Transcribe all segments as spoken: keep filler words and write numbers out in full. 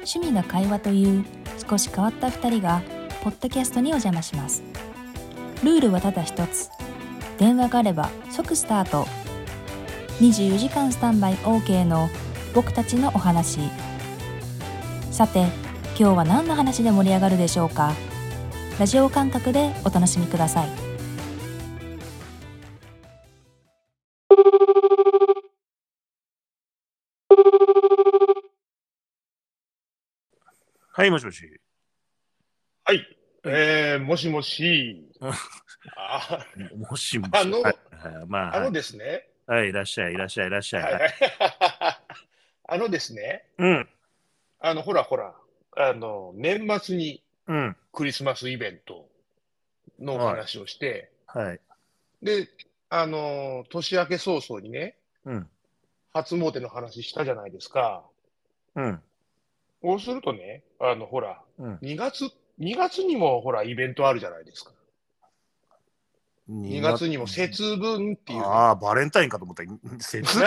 趣味が会話という少し変わったふたりがポッドキャストにお邪魔します。ルールはただ一つ。電話があれば即スタート。にじゅうよじかんスタンバイ OK の僕たちのお話。さて、今日は何の話で盛り上がるでしょうか。ラジオ感覚でお楽しみください。 はい、もしもし。 はい、えー、もしもし。あもしもし。 あの、 はいまあ、 あのですね。 はい、いらっしゃい、いらっしゃい、いらっしゃい。 はいはい、あのですね。 うん。 あの、ほらほら、あの、年末にうん。 クリスマスイベントのお話をして、 はい。 で、あの、年明け早々にね、 うん。 初詣の話したじゃないですか。 うん。 そうするとね、あの、ほら、 うん、 にがつ、にがつにもほら、イベントあるじゃないですか。にがつにも節分っていう、ね。 ああ、バレンタインかと思った。節分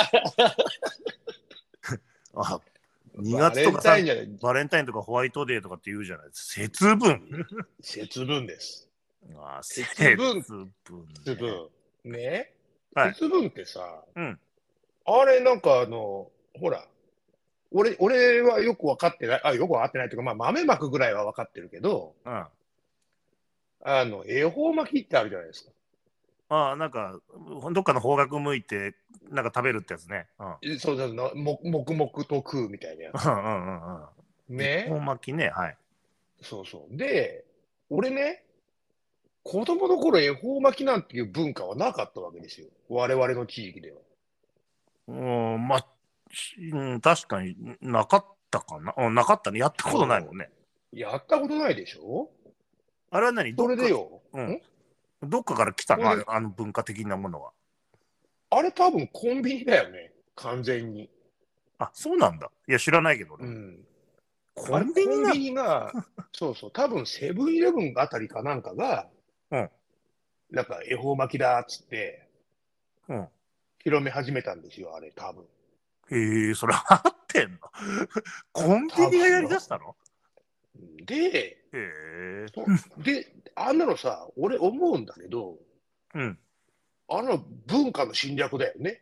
あにがつとかさ、バレンタインとかホワイトデーとかって言うじゃないですか。節分節分です。 あ節分。節分。ね。 はい、 節分ってさ、 うん、 あれなんかあの、ほら、俺、俺はよく分かってない、あ、よく分かってないというか、まあ豆まくぐらいは分かってるけど、 うん、 あの、恵方巻きってあるじゃないですか。 ああ、なんか、どっかの方角向いて、なんか食べるってやつね。 うん、そうそう、も、黙々と食うみたいなやつ。 うんうんうんうん。 ね。 恵方巻きね、はい。 そうそう。で、俺ね、子供の頃恵方巻きなんていう文化はなかったわけですよ。我々の地域では。 うん、まあ、うん、確かになかったかな。うん、なかったね。やったことないもんね。 やったことないでしょ。 あれは何？ それでよ。 うん。どっかから来たの？あれ、あの文化的なものは。 あれ多分コンビニだよね。完全に。 あ、そうなんだ。いや、知らないけどね。 うん。 コンビニなコンビニが、そうそう、多分セブンイレブンあたりかなんかが、 うん。 なんか恵方巻きだっつって、 うん。 広め始めたんですよ、あれ、多分。 へえ、それあってんのコンビニがやりだしたので、 へで、あんなのさ、俺思うんだけど、 うん。 あの文化の侵略だよね。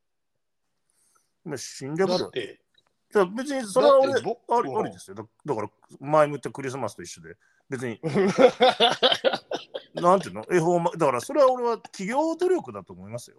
侵略だって、 別にそれは俺、ありありですよ。だだから、前も言ったクリスマスと一緒で、別に、なんていうの恵方巻き、だからそれは俺は企業努力だと思いますよ。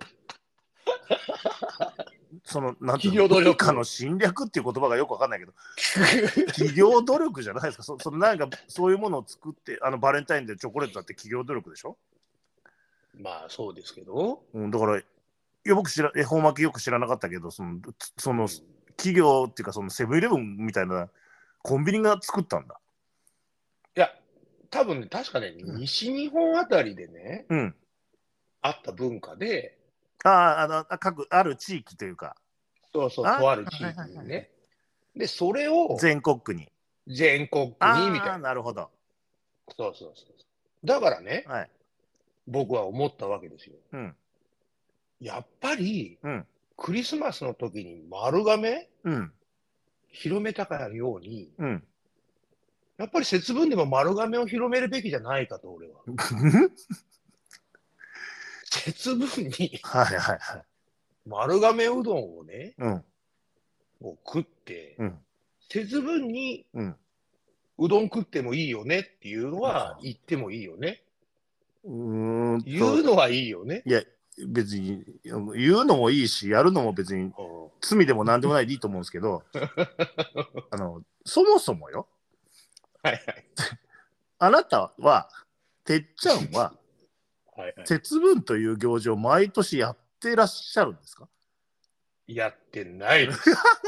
その、なんていうの文化の侵略っていう言葉がよくわかんないけど、企業努力じゃないですか。そそのなんかそういうものを作って、あのバレンタインでチョコレートだって企業努力でしょ。 まあそうですけど。 うん、だから、いや僕知ら、恵方巻きよく知らなかったけど、その、その、うん、企業っていうか、そのセブンイレブンみたいなコンビニが作ったんだ。 いや、多分ね、確かね、うん、西日本あたりでね、 うん、 あった文化で、 ああ、あの、各、ある地域というか。 そうそう、とある地域にね。で、それを、 全国区に。 全国区にみたいな。 なるほど。 そうそうそう。だからね、 はい、 僕は思ったわけですよ。 うん、 やっぱり、 うん、 クリスマスの時に丸亀、 うん、 広めたかのように、 うん、 やっぱり節分でも丸亀を広めるべきじゃないかと、俺は。節分にはいはいはい。 丸亀うどんをね、 うん、 を食って、 うん、 節分に、 うん、 うどん食ってもいいよねっていうのは言ってもいいよね。 うーん言うのはいいよね。 いや、別に言うのもいいし、やるのも別に罪でも何でもないでいいと思うんですけど、あの、そもそもよ。 はいはい。 あなたは、てっちゃんは、 はいはい、 節分という行事を毎年やってらっしゃるんですか？ やってないです。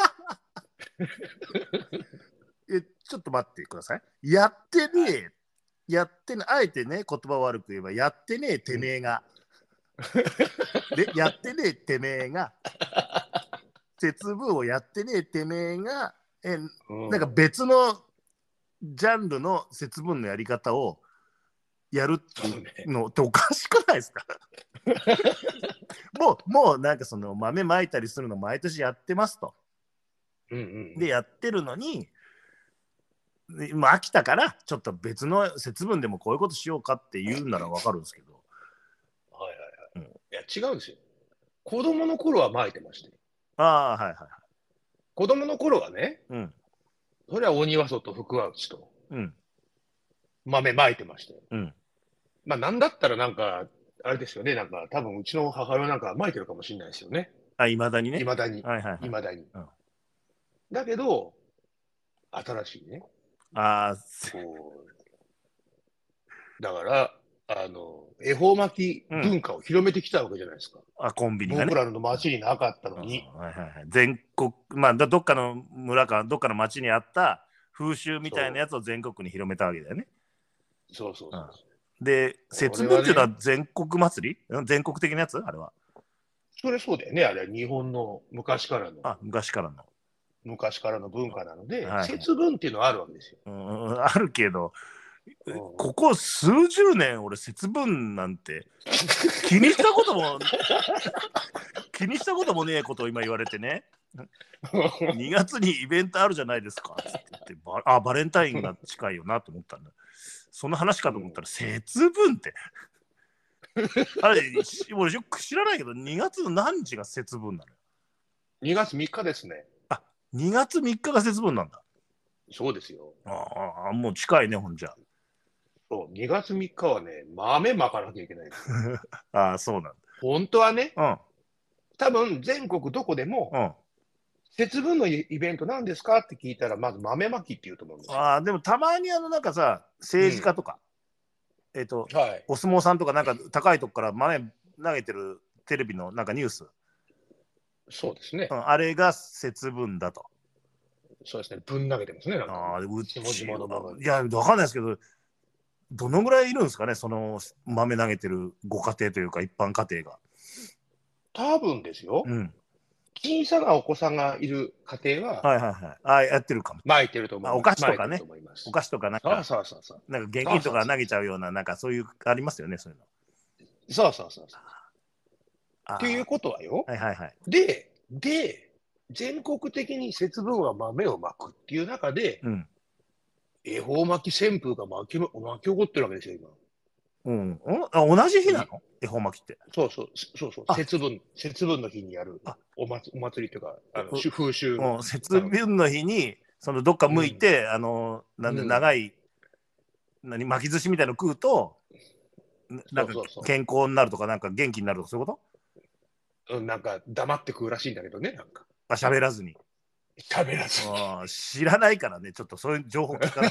え、ちょっと待ってください。やってねえ、はい、やってね、あえてね、言葉悪く言えば、やってねえてめえが、うん、で、やってねえてめえが、節分をやってねえてめえが、え、うん、なんか別のジャンルの節分のやり方をやるっていうのっておかしくないですか？もう、もうなんかその豆まいたりするの毎年やってますと。 うんうんうん、 で、やってるのに、 まあ飽きたからちょっと別の節分でもこういうことしようかって言うならわかるんですけど。 はいはいはい。 うん、 いや、違うんですよ。子供の頃は巻いてましたよ。 ああ、はいはいはい。 子供の頃はね、 うん。 それは鬼は外、福は内とうん。 豆巻いてましたよ。 うん。 まあ、なんだったらなんか、あれですよね、なんか、多分うちの母親なんか巻いてるかもしれないですよね。 あ、いまだにね。 いまだに。 はいはいはい。 いまだに。 うん、 だけど、新しいね。 ああ、 こう、だから、あの、恵方巻き文化を広めてきたわけじゃないですか。 あ、コンビニがね。 僕らの町になかったのうん、 に。 はいはいはい。全国、まあ、どどっかの村か、どっかの町にあった風習みたいなやつを全国に広めたわけだよね。 そうそうそうそう。 うん、で、節分っていうのは全国祭り、ね、全国的なやつあれは。 それそうだよね。あれは日本の昔からの。 あ、昔からの。 昔からの文化なので、 はいはい、 節分っていうのはあるわけですよ。 うん、あるけど、 うん、 ここ数十年俺節分なんて気にしたことも気にしたこともねえことを今言われてねにがつにイベントあるじゃないですかって言ってバあバレンタインが近いよなと思ったんだ。その話かと思ったら、うん、節分ってあれ俺よく知らないけどにがつの何日が節分なのよ。 にがつみっかですね。 あ、にがつみっかが節分なんだ。 そうですよ。 ああ、もう近いね、ほんじゃ。 そう、にがつみっかはね、豆まかなきゃいけない。 ああ、そうなんだ。 本当はね、 うん、 多分全国どこでも、 うん、節分のイベント何ですかって聞いたら、まず豆まきって言うと思うんですよ。 ああ、でもたまにあの、なんかさ、政治家とか、うん、えっ、ー、と、はい、お相撲さんとか、なんか高いとこから豆投げてるテレビのなんかニュース。 そうですね。 うん、あれが節分だと。 そうですね。ぶん投げてますね。なんかああ、うちのものいや、わかんないですけど、どのぐらいいるんですかね、その豆投げてるご家庭というか、一般家庭が。 多分ですよ。うん、小さなお子さんがいる家庭は、 はいはいはい。ああ、やってるかも。 巻いてると思います。 お菓子とかね。お菓子とかなんか、 そうそうそうなんか現金とか投げちゃうような、なんかそういう、ありますよね、そういうの。 そうそうそうそう。っていうことはよ。 はいはいはい。 で、で、全国的に節分は豆をまくっていう中で、うん、恵方巻き旋風が巻き巻き起こってるわけですよ、今。 うん、あ、同じ日なの？恵方巻きって。 そうそう、そうそう、節分、節分の日にやるお祭お祭りというか、あの風習。 うん、節分の日に、そのどっか向いて、うん、あの、なんで長い、うん、何巻き寿司みたいなの食うと、なんか健康になるとか、なんか元気になるとか、そういうこと？ うん、なんか黙って食うらしいんだけどね、なんか。 あ、喋らずに。 喋らずに。 あ、知らないからね、ちょっとそういう情報聞かない。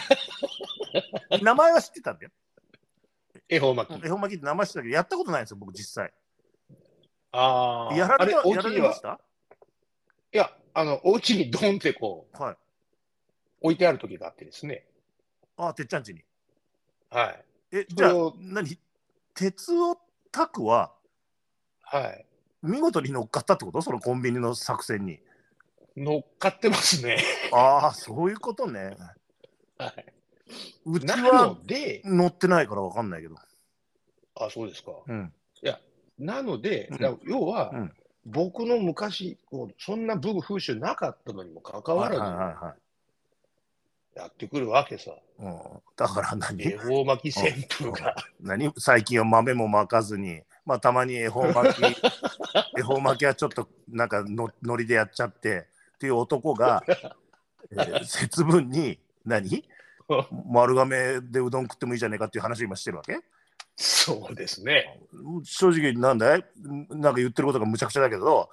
名前は知ってたんだよ。 恵方巻き。 恵方巻きって名前知ってたけど、やったことないんですよ、僕実際。 ああ。 やられた、やられました？ いや、あの、お家にドンってこう、はい、置いてある時があってですね。 ああ、てっちゃん家に。 はい。 え、じゃあ、何鉄を炊くは、 はい。 見事に乗っかったってこと？そのコンビニの作戦に。 乗っかってますね。 ああ、そういうことね。 はい。 うちは乗ってないから分かんないけど。 あ、そうですか。 うん。 いや、なので、うん、要は、うん、僕の昔こう、そんな文風習なかったのにもかかわらず、やってくるわけさ。 うん、だから何？ 恵方巻き旋風が。 何？最近は豆も巻かずに、まあ、たまに恵方巻き、恵方巻きはちょっとなんかのノリでやっちゃってっていう男が、えー、節分に何？丸亀でうどん食ってもいいじゃねえかっていう話を今してるわけ？ そうですね。 正直なんだい？なんか言ってることがむちゃくちゃだけど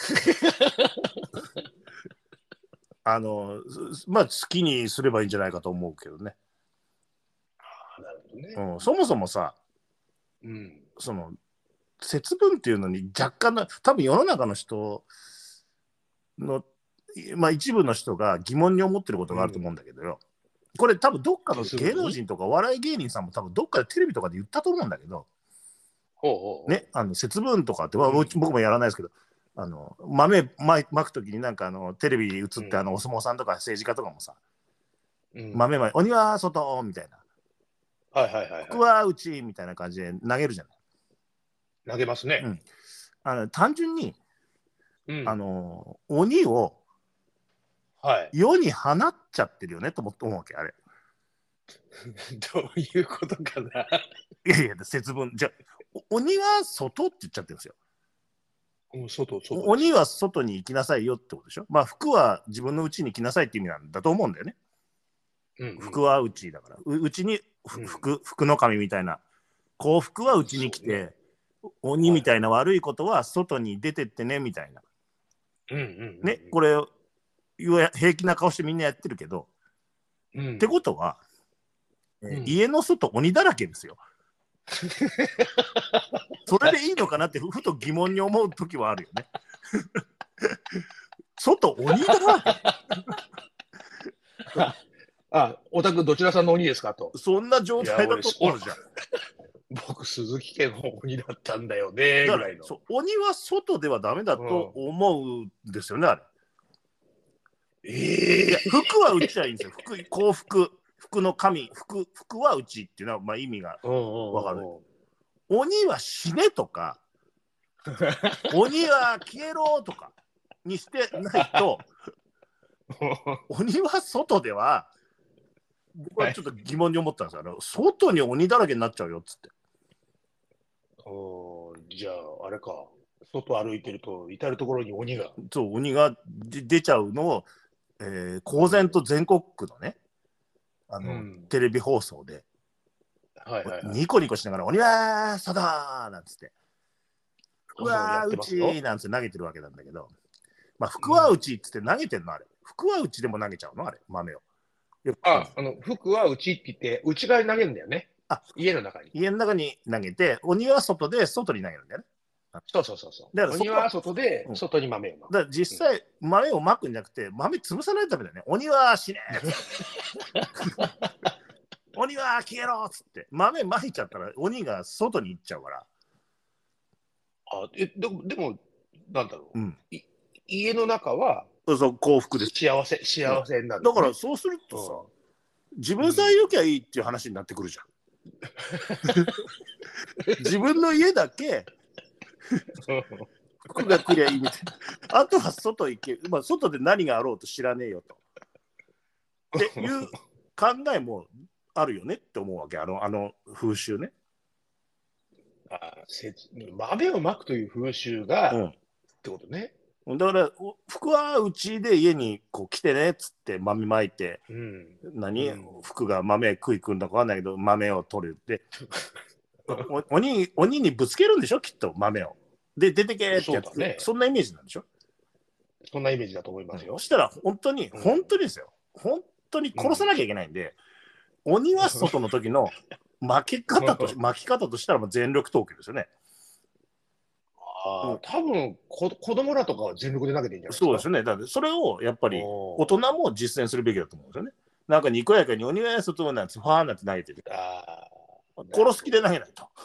あのまあ好きにすればいいんじゃないかと思うけどね。 あ、なるほどね。 うん、そもそもさ、うん、その節分っていうのに若干の多分世の中の人の、まあ、一部の人が疑問に思ってることがあると思うんだけどよ、うん、これ多分どっかの芸能人とかお笑い芸人さんも多分どっかでテレビとかで言ったと思うんだけど、 ほうほうほう、ね、 あの節分とかって、うん、僕もやらないですけど、あの豆まくときになんかあのテレビに映って、うん、あのお相撲さんとか政治家とかもさ、うん、豆ま鬼は外みたいな、 はいはいはいはい、 僕はうちみたいな感じで投げるじゃない。 投げますね。 うん、あの単純に、うん、あの鬼を世に放っちゃってるよねと思うわけあれ。 どういうことかな。 いやいや、節分。じゃあ、鬼は外って言っちゃってるんですよ。 うん、外、外。 鬼は外に行きなさいよってことでしょ。まあ、服は自分の家に行きなさいって意味なんだと思うんだよね。 うんうん、 服は内だから。うちに服、服の神みたいな。幸福は内に来て、ね、鬼みたいな悪いことは外に出てってねみたいな。 うんうんうんうん、 ね、これ平気な顔してみんなやってるけど、うん、ってことは、えーうん、家の外鬼だらけですよ。それでいいのかなってふと疑問に思う時はあるよね。外鬼だらけ。 あ、あ、お宅どちらさんの鬼ですかと。 そんな状態だと思うじゃん。 僕鈴木家の鬼だったんだよねぐらいの。 そう、鬼は外ではダメだと思うんですよね、あれ。ええー、服は内はいいんですよ。服、幸福、服の神、服、服は内っていうのはまあ意味がわかる。鬼は死ねとか、鬼は消えろとかにしてないと、鬼は外では。僕はちょっと疑問に思ったんですよ。はい、外に鬼だらけになっちゃうよっつって。 おじゃああれか、外歩いてると至る所に鬼が。 そう、鬼が出ちゃうのを、えー、公然と全国区のね、あの、うん、テレビ放送で、はいはいはい、ニコニコしながら鬼は外なんつって、福は内なんつって投げてるわけなんだけど、まあ福は内っつって投げてんのあれ。福は内でも投げちゃうのあれ、豆を。 あ、あの服は内って言って内側に投げるんだよね。あ、家の中に。 家の中に投げて、鬼は外で外に投げるんだよね。 そうそうそうそう。だから鬼は外で外に豆をまく。 だから実際、うん、豆をまくんじゃなくて、豆潰さないためだよね。鬼は死ねー鬼は消えろっつって、豆まいちゃったら鬼が外に行っちゃうから。 あ、え、でも、でもなんだろう、うん、い家の中はそうそう幸福です。 幸せ、幸せになる、 ね。だからそうするとさ、うん、自分さえ良きゃいいっていう話になってくるじゃん。自分の家だけ服がくりゃいいみたいな。あとは外行け、まあ、外で何があろうと知らねえよと。っていう考えもあるよねって思うわけ、あの、あの風習ね。 あ、豆をまくという風習が、うん、ってことね。 だから服はうちで家にこう来てねっつって豆まいて、うん、何、うん、服が豆食いくんだかわかんないけど豆を取るって鬼, 鬼にぶつけるんでしょきっと豆をで出てけってやつ、 そ,、ね、そんなイメージなんでしょ。 そんなイメージだと思いますよ。 そしたら本当に、うん、本当にですよ、本当に殺さなきゃいけないんで、うん、鬼は外の時の巻き方と巻き方としたらもう全力投球ですよね。 あ、うん、多分こ子供らとかは全力で投げていいんじゃないですか。 そうですね。だってそれをやっぱり大人も実践するべきだと思うんですよね。なんかにこやかに鬼は外なんてファーなんて投げてる。あ、殺す気で投げないと。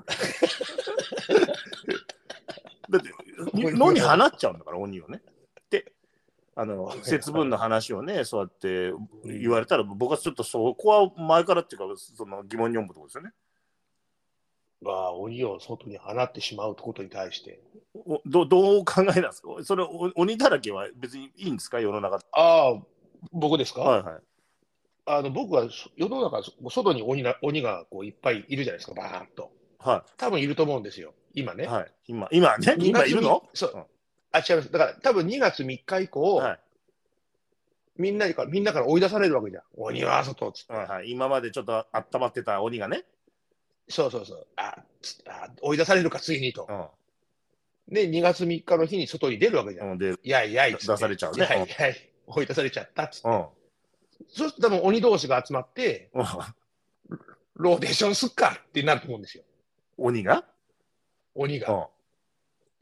だって野に放っちゃうんだから鬼をね。で、あの節分の話をねそうやって言われたら僕はちょっとそこは前からっていうかその疑問に思うところですよね。 は鬼を外に放ってしまうことに対してど, どう考えなんですか。それ鬼だらけは別にいいんですか世の中。 ああ、僕ですか。 はいはい。 あの僕は世の中外に鬼が鬼がこういっぱいいるじゃないですか、バーンと。はい。多分いると思うんですよ今ね。 はい。今今ね今いるの。 そう。うん、あ、違います。だから多分にがつみっか以降、はい、みんなからみんなから追い出されるわけじゃん。鬼は外っつって、 はいはい。今までちょっと温まってた鬼がね。 そうそうそう。ああ、追い出されるかついにと。うん、でにがつみっかの日に外に出るわけじゃん。うん、でいやいやいっつって出されちゃうね。 はいはい。追い出されちゃったっつって。うん、そうすると多分鬼同士が集まって、うん、ローテーションすっかってなると思うんですよ。 鬼が鬼が。うん、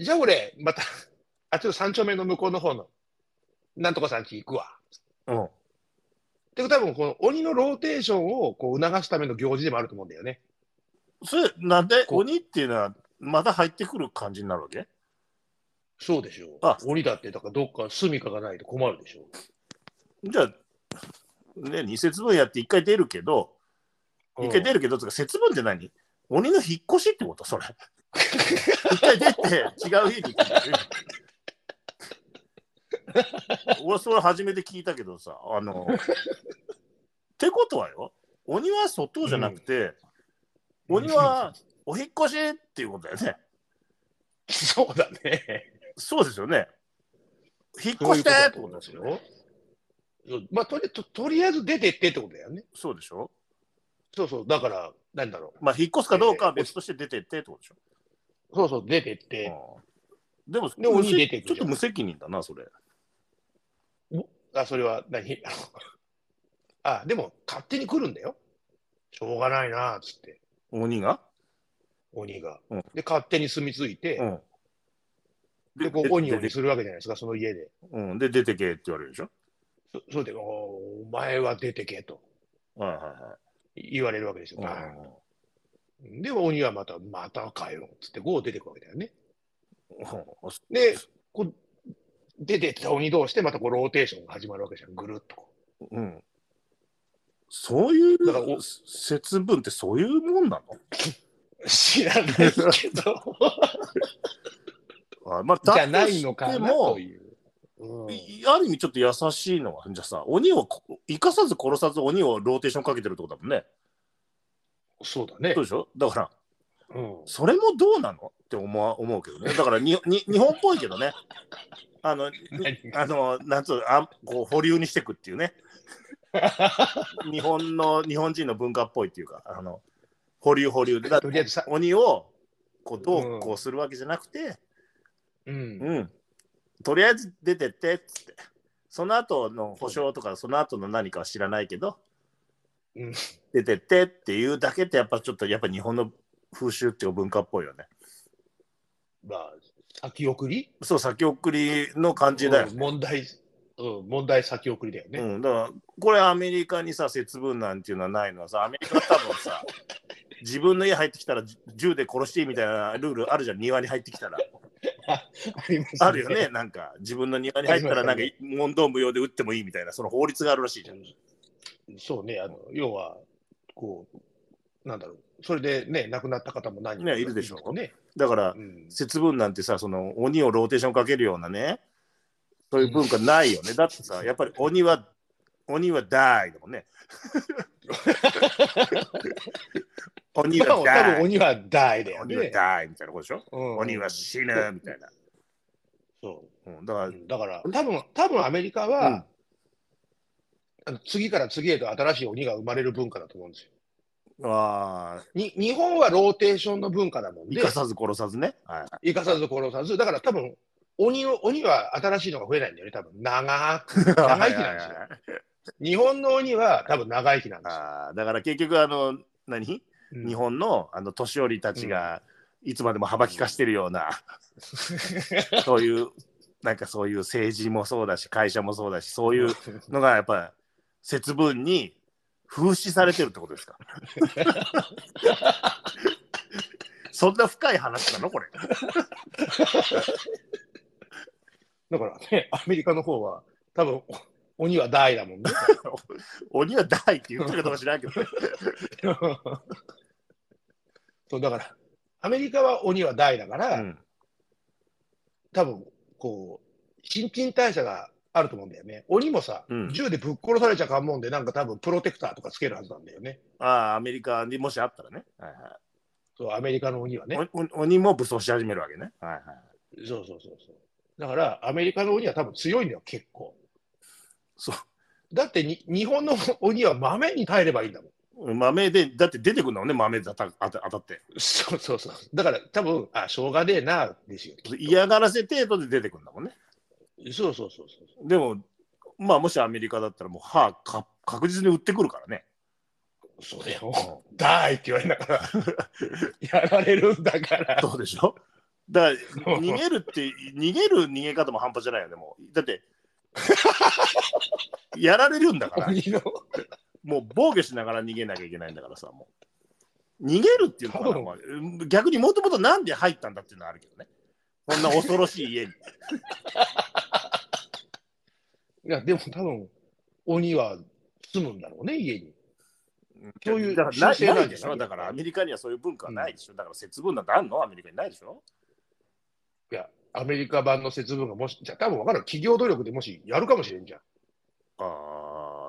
じゃあ俺またあちょっと三丁目の向こうの方のなんとかさんち行くわ。うん。って多分この鬼のローテーションをこう促すための行事でもあると思うんだよね。 それなんで鬼っていうのはまた入ってくる感じになるわけ。 そうでしょう。あ、鬼だってだからどっか住みかがないと困るでしょう。 じゃあね、二節分やって一回出るけど、一回出るけどつか節分って何？鬼の引っ越しってことそれ。一回出て違う家に行くんだよ。俺それ初めて聞いたけどさ、あのってことはよ、 鬼は外じゃなくて、うん、鬼はお引っ越しっていうことだよね。 そうだね。 そうですよね。引っ越してってことですよ。 まあとり、と、とりあえず出てってってことだよね。 そうでしょ。 そうそう、だから、なんだろう。 まあ、引っ越すかどうかは別として出てってってことでしょ。 えー、そうそう、出てって。 でも、 で鬼出てくる。 ちょっと無責任だな、それ。 あ、それは何あ、でも、勝手に来るんだよ。しょうがないな、つって。 鬼が鬼が。 うん、 で、勝手に住み着いて、うん、で、こう、鬼鬼するわけじゃないですか、その家で。 うん、で、出てけって言われるでしょ。 そそれで、お前は出てけと。 はいはいはい。 言われるわけですよ。うん、で、鬼はまた、また帰ろうっつって、こう出てくわけだよね。で、こう出てった鬼同士でまたこうローテーションが始まるわけじゃん、ぐるっと。 うん。そういう節分ってそういうもんなの？ 知らないけど。 あ、まあ、 じゃないのかなという。 うん、ある意味ちょっと優しいのは、じゃあさ、鬼を生かさず殺さず鬼をローテーションかけてるってことだもんね。 そうだね。 そうでしょ。だから、 うん、 それもどうなのって思う、思うけどね。だからにに日本っぽいけどね。あの、あの、なんつうあこう保留にしていくっていうね。日本の日本人の文化っぽいっていうか、あの保留保留で、だとりあえずさ鬼をこうどうこうするわけじゃなくて、うん、うん、とりあえず出てってっつって、その後の保証とかその後の何かは知らないけど、うん、出てってっていうだけってやっぱちょっとやっぱ日本の風習っていうか文化っぽいよね。 まあ先送り？ そう、先送りの感じだよ、ね、 うん、問題、うん、問題先送りだよね。 うん、だからこれアメリカにさ節分なんていうのはないのはさ、アメリカは多分さ自分の家入ってきたら銃で殺していいみたいなルールあるじゃん。庭に入ってきたら あ, あ, りますね、あるよね。なんか自分の庭に入ったらなんか問答無用で撃ってもいいみたいな、その法律があるらしいじゃん。 そうね、あの要はこうなんだろう、それでね亡くなった方も何人か、 ね、いるでしょうね。 だから、うん、節分なんてさ、その鬼をローテーションかけるようなね、そういう文化ないよね。だってさ、やっぱり鬼は鬼は大だもんね。鬼は大。 多分鬼は大だよね。 鬼は大みたいなことでしょ。うん、鬼は死ぬみたいな。 そう。 うん、だから、うん、 だから多分多分アメリカは、うん、あの次から次へと新しい鬼が生まれる文化だと思うんですよ。 あに日本はローテーションの文化だもんで。 生かさず殺さずね。 はい、生かさず殺さず。だから多分鬼を鬼は新しいのが増えないんだよね。多分長く長生きなんですよ。日本の鬼は多分長生きなんですよ。 あだから結局あの何、うん、日本のあの年寄りたちがいつまでも幅利かしてるような、うん、そういうなんかそういう政治もそうだし会社もそうだし、そういうのがやっぱり節分に風刺されてるってことですか。そんな深い話なのこれ。 だからね、アメリカの方は多分鬼は大だもんね。 鬼は大って言ってるかどうか知らんけどね。 そうだからアメリカは鬼は大だから、うん、多分こう新陳代謝があると思うんだよね。鬼もさ、うん、銃でぶっ殺されちゃかんもんで、なんか多分プロテクターとかつけるはずなんだよね。 ああ、アメリカにもしあったらね。はいはい、 そう、アメリカの鬼はね。 鬼も武装し始めるわけね。はいはい、 そうそうそうそう。だからアメリカの鬼は多分強いんだよ、結構。 そう。 だってに日本の鬼は豆に耐えればいいんだもん。豆で、だって出てくるんだもんね、豆で当たって。 そうそうそう。だから多分、あ、しょうがねえな、ですよ。 嫌がらせ程度で出てくるんだもんね。 そうそうそうそう。 でも、まあもしアメリカだったらもう歯か確実に売ってくるからね。 それを「だい」って言われながらやられるんだから。 そうでしょ。だから逃げるって逃げる逃げ方も半端じゃないよね。もうだってやられるんだからもう防御しながら逃げなきゃいけないんだからさ、もう逃げるっていうのは、まあ、逆にもともとなんで入ったんだっていうのはあるけどね。こんな恐ろしい家に。 いやでも多分鬼は住むんだろうね、家に。そういうだからないないでしょ。だからアメリカにはそういう文化はないでしょ。うん、だから節分なんてあんの？アメリカにないでしょ。 いやアメリカ版の節分がもしじゃあ多分分かる、企業努力でもしやるかもしれんじゃん。 ああ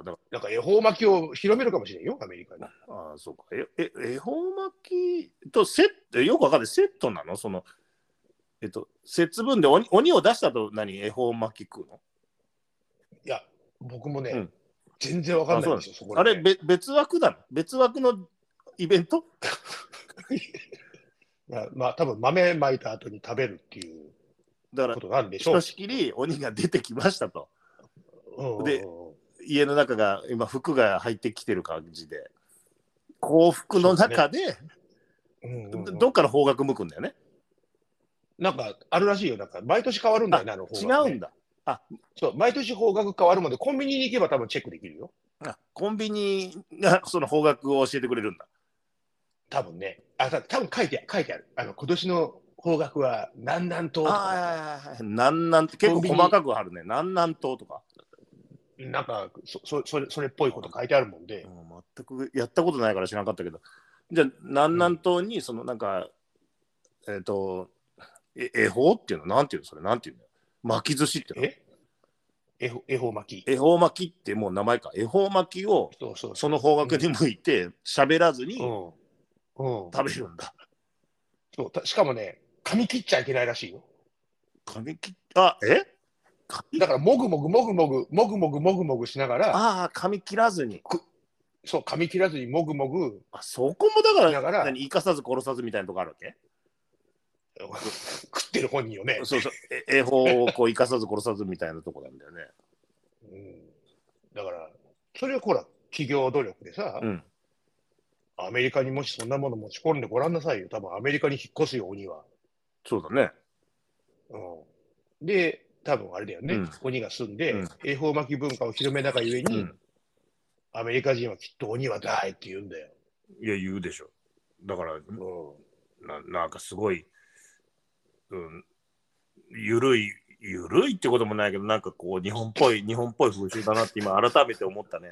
だからなんか恵方巻きを広めるかもしれんよ、アメリカに。 ああ、そうか。え、え、恵方巻きとセット、よくわかんない。セットなのその、えっと、節分で鬼鬼を出したと何恵方巻き食うの？ いや、僕もね、 うん、 全然わかんないんですよ、そこあれ、 ね、 べ別枠なの？別枠のイベント？ いや、まあ、多分豆まいた後に食べるっていうだからことなんでしひとょう。 しきり鬼が出てきましたと。 うんうん、 で、家の中が今服が入ってきてる感じで、幸福の中で、ね、うんうんうん、どっから方角向くんだよね。 なんかあるらしいよ。なんか毎年変わるんだよね、あの方角、ね。 違うんだ。あ、 そう、毎年方角変わるので、コンビニに行けば多分チェックできるよ。 あ、コンビニがその方角を教えてくれるんだ。 多分ね。あ、多分書いて書いてある。あの今年の方角は南南東とか。 ああ、南南って結構細かくあるね。南南東とか。 なんかそそそれそれっぽいこと書いてあるもんで。 全くやったことないから知らなかったけど。じゃあ南南東にそのなんか、うん、えっ、ー、とえ恵方っていうのなんていうのそれなんていうの巻き寿司っての？ え恵方巻き。 恵方巻きってもう名前か。恵方巻きをその方角に向いて喋らずに食べるんだ。 そう、しかもね、噛み切っちゃいけないらしいよ。 噛み切っあえだからもぐもぐもぐもぐもぐもぐもぐもぐしながら、 ああ噛み切らずに、 そう噛み切らずにもぐもぐ。 あそこもだから、何生かさず殺さずみたいなとこあるわけ？ 食ってる本人よね。 そうそう、恵方をこう生かさず殺さずみたいなとこなんだよね。 うん、だからそれはほら企業努力でさ、うん、アメリカにもしそんなもの持ち込んでごらんなさいよ。多分アメリカに引っ越すよ鬼は。 そうだね。 うん、で多分あれだよね、うん、鬼が住んで、うん、恵方巻き文化を広めながゆえに、うん、アメリカ人はきっと鬼は大って言うんだよ。 いや言うでしょ。だから、うん、な, なんかすごい、うん、ゆるいゆるいってこともないけどなんかこう日本っぽい日本っぽい風習だなって今改めて思ったね。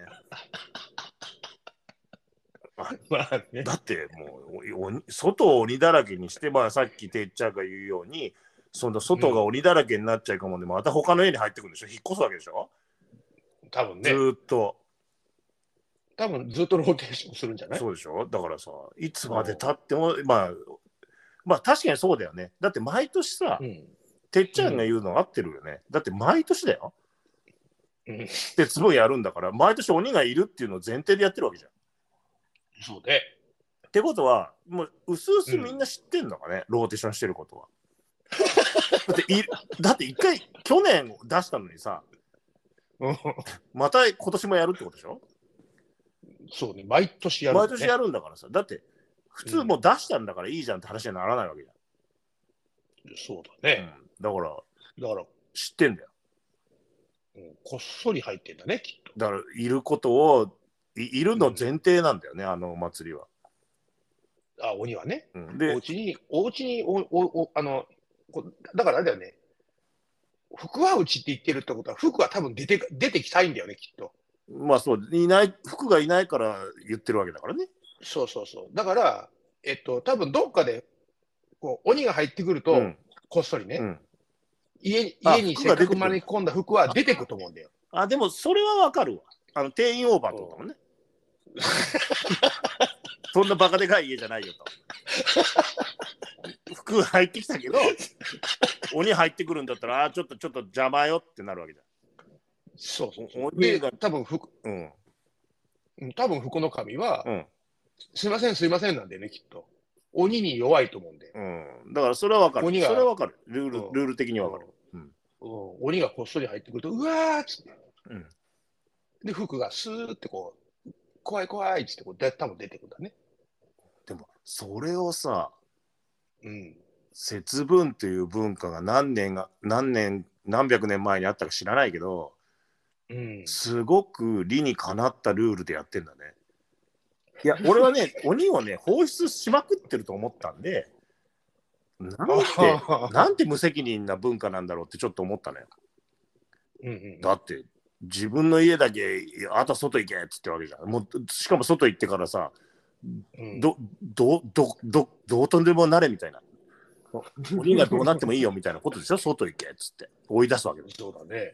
まあね、だってもう外を鬼だらけにして、まあ、さっきてっちゃんが言うようにその外が鬼だらけになっちゃうかもで、うん、また他の家に入ってくるんでしょ。引っ越すわけでしょ多分ね。 ずっと多分ずっとローテーションするんじゃない？ そうでしょ。だからさいつまでたってもまあまあ確かにそうだよね。だって毎年さ、うん、てっちゃんが言うの合ってるよね、うん、だって毎年だよ、うん、鉄分やるんだから毎年鬼がいるっていうのを前提でやってるわけじゃん。 そうでってことはもううすうすみんな知ってんのかね、うん、ローテーションしてることは。だっていだって一回去年出したのにさまた今年もやるってことでしょ。 そうね、毎年やる、 ね、毎年やるんだからさ。だって普通もう出したんだからいいじゃんって話にならないわけじゃん。 うん、そうだね、 うん、だからだから知ってんだよ、 うん、こっそり入ってんだねきっと。 だからいることを い, いるの前提なんだよね、うん、あのお祭りは。 あ鬼はね、 うん、でお家にお家におおおあのだからあれだよね、福は内って言ってるってことは福は多分出て出てきたいんだよねきっと。 まあそういない福がいないから言ってるわけだからね。 そうそうそう。だからえっと多分どっかでこう鬼が入ってくると、うん、こっそりね、うん、家, 家にせっかく招き込んだ服は出てくると思うんだよ。 あでもそれはわかるわ。あの定員オーバーってことだもんね。そんなバカでかい家じゃないよと。服入ってきたけど鬼入ってくるんだったらあちょっとちょっと邪魔よってなるわけじゃん。 そうそうそう。鬼が多分服、うん、多分服の神は、うん、すいませんすいませんなんでねきっと。鬼に弱いと思うんで、 うん、だからそれはわかる。鬼がそれはわかる。ルール、うん、ルール的にわかる、うんうん。 鬼がこっそり入ってくるとうわーっつって、うん、で服がスーってこう怖い怖いっつってこうで多分出てくるんだね。 でもそれをさ、うん、節分という文化が何年が何年何百年前にあったか知らないけど、うん、すごく理にかなったルールでやってんだね。いや俺はね鬼をね放出しまくってると思ったんでなんてなんて無責任な文化なんだろうってちょっと思ったのよ、うんうん、だって自分の家だけあと外行けっつってわけじゃん。もうしかも外行ってからさ、うん、どどどどどうとんでもなれみたいな鬼がどうなってもいいよみたいなことでしょ。外行けっつって追い出すわけです。 そうだね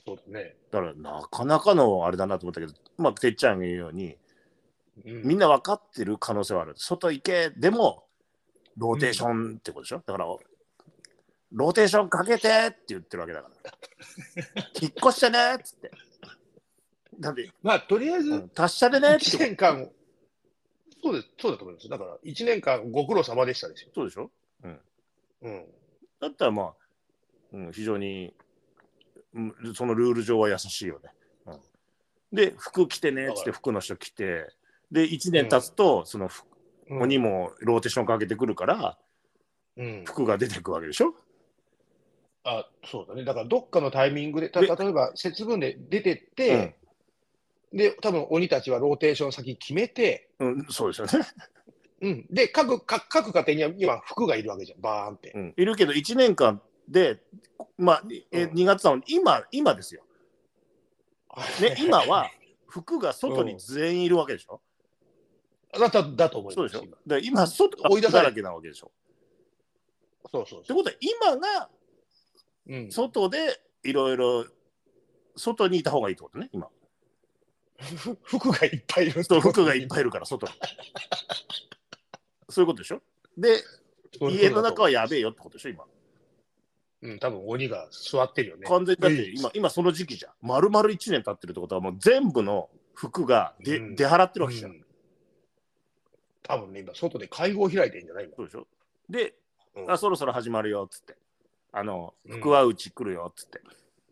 そうだね。 だからなかなかのあれだなと思ったけど、まあてっちゃんが言うように、 うん、 みんな分かってる可能性はある。外行けでもローテーションってことでしょ、うん、だからローテーションかけてって言ってるわけだから引っ越してねっつって、なんでまあとりあえず、うん、 達者でねっていちねんかん、そうです、そうだと思います。だからいちねんかんご苦労様でしたですよ。 そうでしょ、うん、 うん、 だったらまあ、うん、非常にそのルール上は優しいよね、うん、で服着てねっつって服の人着て、でいちねん経つと、うん、その鬼もローテーションかけてくるから、うん、服が出てくわけでしょ。 あ、そうだね。だからどっかのタイミングで、た例えば節分で出てって、うん、で多分鬼たちはローテーション先決めて、 うん、そうですよね。 うん、で各各各家庭には今服がいるわけじゃん、バーンって、 うん、いるけどいちねんかんで、まあえ、うん、にがつなのに今今ですよ、ね、今は服が外に全員いるわけでしょ。 うん、だだだと思います。 そうでしょ。だ今外が服だらけなわけでしょ。 そうそうそう。 ってことは今が外でいろいろ外にいた方がいいってことね、今。 服がいっぱいいる。 そう、服がいっぱいいるから外に。そういうことでしょ。で、家の中はやべえよってことでしょ、今。 うん、多分鬼が座ってるよね。 完全にだって今、今その時期じゃん。丸々いちねん経ってるってことはもう全部の服がで、うん、出払ってるわけじゃん。うん、 多分ね、今外で会合開いてるんじゃないの。 そうでしょ。で、うん、あ、そろそろ始まるよっつって。あの、福は内来るよっつって。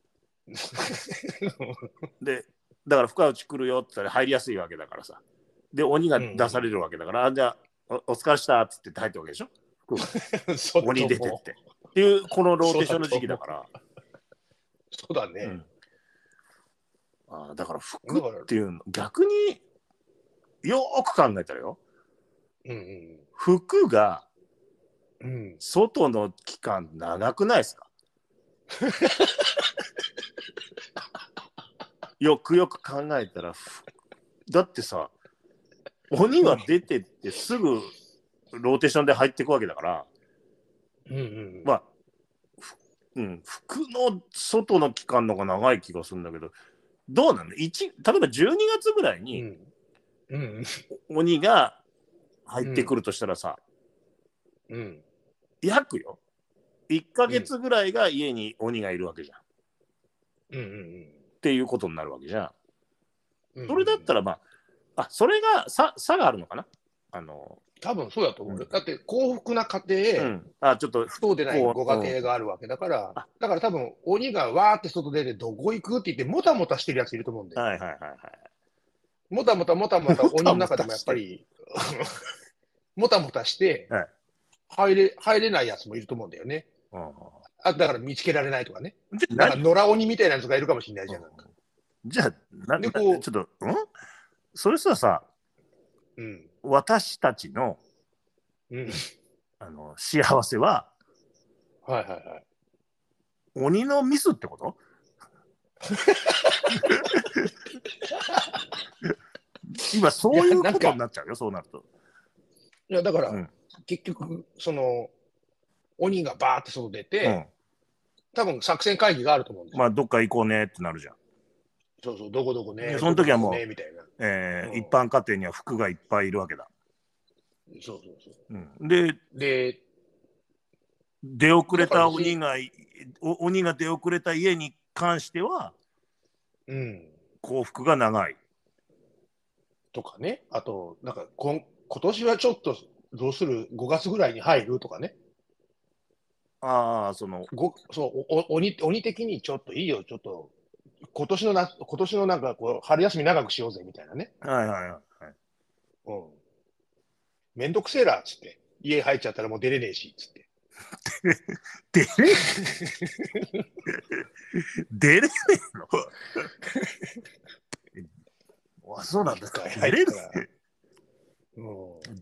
うん、で、だから福は内来るよって言ったら入りやすいわけだからさ。で、鬼が出されるわけだから、うん、じゃあお、お疲れしたっつって入ってるわけでしょ。鬼出てって。っていう、このローテーションの時期だから。 そうだね。 うん、あ、だから服っていうの、逆によく考えたらよ。うんうん、服が外の期間長くないですか？よくよく考えたら、だってさ、鬼が出てってすぐローテーションで入っていくわけだから、うんうん、まあ、うん、服の外の期間の方が長い気がするんだけど、どうなの？例えばじゅうにがつぐらいに、うんうん、鬼が入ってくるとしたらさ、うん、約よいっかげつぐらいが家に鬼がいるわけじゃん、うんうんうん、っていうことになるわけじゃん、うんうん、それだったらまあ、あ、それが差があるのかな、あの多分そうだと思う、うん、だって幸福な家庭、うん、 あ、ちょっとそうでないご家庭があるわけだから、うん、だから多分鬼がわーって外出てどこ行くって言ってもたもたしてるやついると思うんで、はいはいはいはい、もたもたもたもた鬼の中でもやっぱりもたもたして入れ、入れないやつもいると思うんだよね、うん、あ、だから見つけられないとかね、なんか野良鬼みたいなやつがいるかもしれないじゃん、うん、 じゃあなんでこうちょっと、うん、それささ、うん、私たちの、うん、あの幸せは、はいはいはい、鬼のミスってこと今そういうことになっちゃうよ、そうなると。 いやだから、うん、結局その鬼がバーって外出て、うん、多分作戦会議があると思うんですよ。 まあどっか行こうねってなるじゃん。 そうそう、どこどこね。 その時はもう、 ね、みたいな、 えーうん、一般家庭には服がいっぱいいるわけだ。 そうそうそう。 うん、で、で出遅れた鬼が、鬼が出遅れた家に関しては、うん、幸福が長い。 とかね、あと、なんかこん、今年はちょっとどうする、ごがつぐらいに入るとかね。 ああ、その、 ごそうお鬼、鬼的にちょっといいよ、ちょっと。今年の夏、今年のなんかこう春休み長くしようぜみたいなね。はいはいはい。うん。めんどくせえなっつって。家入っちゃったらもう出れねえしっつって。 出れ出れねえのあ、そうなんですか。出れるうん、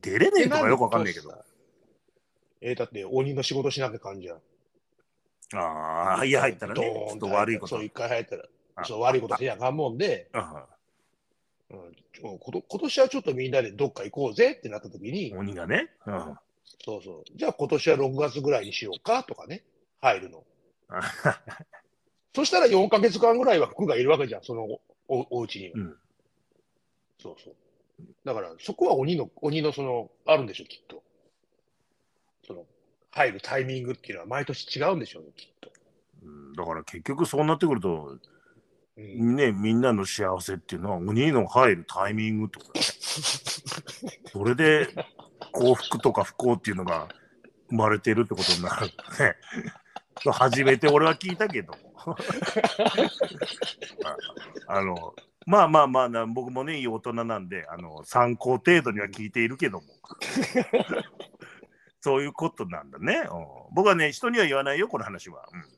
出れねえとかよくわかんないけど。 えー、だって鬼の仕事しなきゃ感じゃん。 ああ、家入ったらね、ちょっと悪いこと。 そう、一回入ったら。そう悪いことせやかんもんで、うん、今年はちょっとみんなでどっか行こうぜってなった時に、 鬼がね、 うん、そうそう、じゃあ今年はろくがつぐらいにしようかとかね、入るの。 そしたらよんかげつかんぐらいは服がいるわけじゃん、その お, お, お家には、 うん。 そうそう。だから、そこは鬼の、鬼のその、あるんでしょ、きっと。その、入るタイミングっていうのは毎年違うんでしょうね、きっと。 うん、だから結局そうなってくると、 うん、 ね、みんなの幸せっていうのは鬼の入るタイミングとか、ね、それで幸福とか不幸っていうのが生まれてるってことになるんだね。初めて俺は聞いたけどあ, あのまあまあまあ僕もねいい大人なんであの参考程度には聞いているけどもそういうことなんだね、うん、僕はね人には言わないよこの話は、うん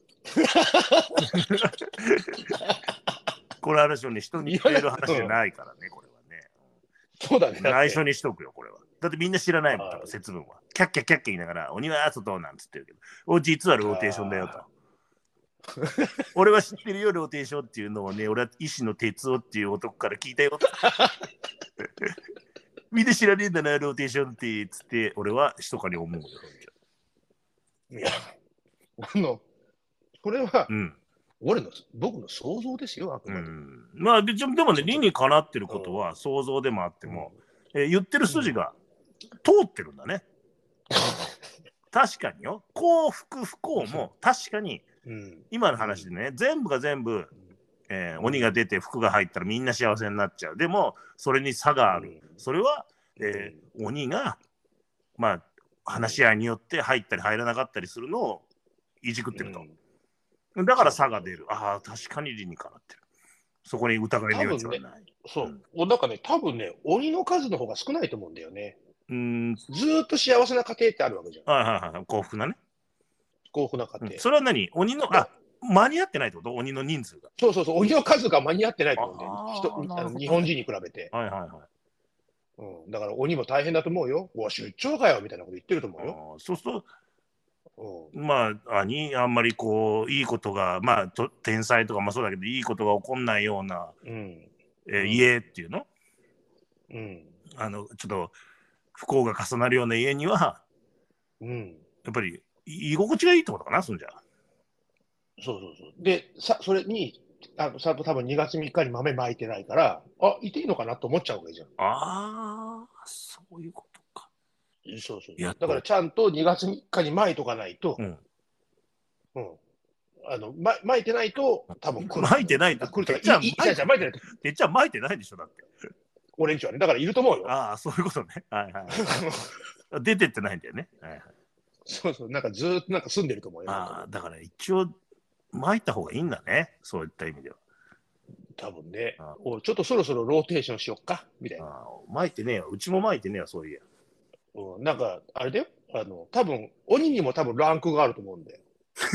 この話をね人に言ってる話じゃないからねこれはね、 そうだね、 内緒にしとくよこれは。だってみんな知らないもん多分節分はキャッキャキャッキャ言いながら鬼は外なんつってるけどお実はローテーションだよと俺は知ってるよローテーションっていうのをね俺は医師の哲夫っていう男から聞いたよみんな知らねえんだなローテーションってつって俺は密かに思うよ。 いやあのこれは、 うん、 俺の僕の想像ですよあくまで、 うん、まあでもね理にかなってることは想像でもあっても、うんえー、言ってる筋が通ってるんだね、うん、確かによ幸福不幸も確かにうん、今の話でね、うん、全部が全部、えー、鬼が出て服が入ったらみんな幸せになっちゃう。でもそれに差がある、うん、それは、えー、鬼がまあ話し合いによって入ったり入らなかったりするのをいじくってると、うん、だから差が出る。ああ確かに理にかなってる。そこに疑いの余地はない、ね、 そう、うん、なんかね多分ね鬼の数の方が少ないと思うんだよね。 うんずーっと幸せな家庭ってあるわけじゃん。 はいはいはい幸福なね幸福な家庭、 うん、それは何鬼のあ間に合ってないってこと鬼の人数がそうそうそう鬼の数が間に合ってないと思うんで人あの日本人に比べて、 はいはいはい、 うん、だから鬼も大変だと思うよ。うわ出張かよみたいなこと言ってると思うよ。 あそうすると、うん、まああにあんまりこういいことがまあと天才とかもそうだけどいいことが起こんないような、うんえー、家っていうの、うん、あのちょっと不幸が重なるような家には、うん、やっぱり居心地がいいってことかな、そんじゃ。 そうそうそう。で、さそれに、あのさ多分にがつみっかに豆まいてないから、あいていいのかなと思っちゃうわけじゃん。 ああ、そういうことか。 そうそう。だからちゃんとにがつみっかにまいとかないと、うんうん、あのままいてないと、多分来る。 まいてないと来るとか、じゃあ、じゃあ、まいてないと。 てっちゃんまいてないでしょ、だって。 俺んちはね、だからいると思うよ。 ああ、そういうことね。はいはい。出てってないんだよね。はいはい。 そうそう、なんかずっとなんか住んでると思うよ。 ああ、だから一応、まいた方がいいんだね、そういった意味では。 多分ね、おちょっとそろそろローテーションしよっかみたいな。 あまいてねえよ、うちもまいてねえよ、そういや。 うん、なんか、あれだよ、あの、多分鬼にも多分ランクがあると思うんで。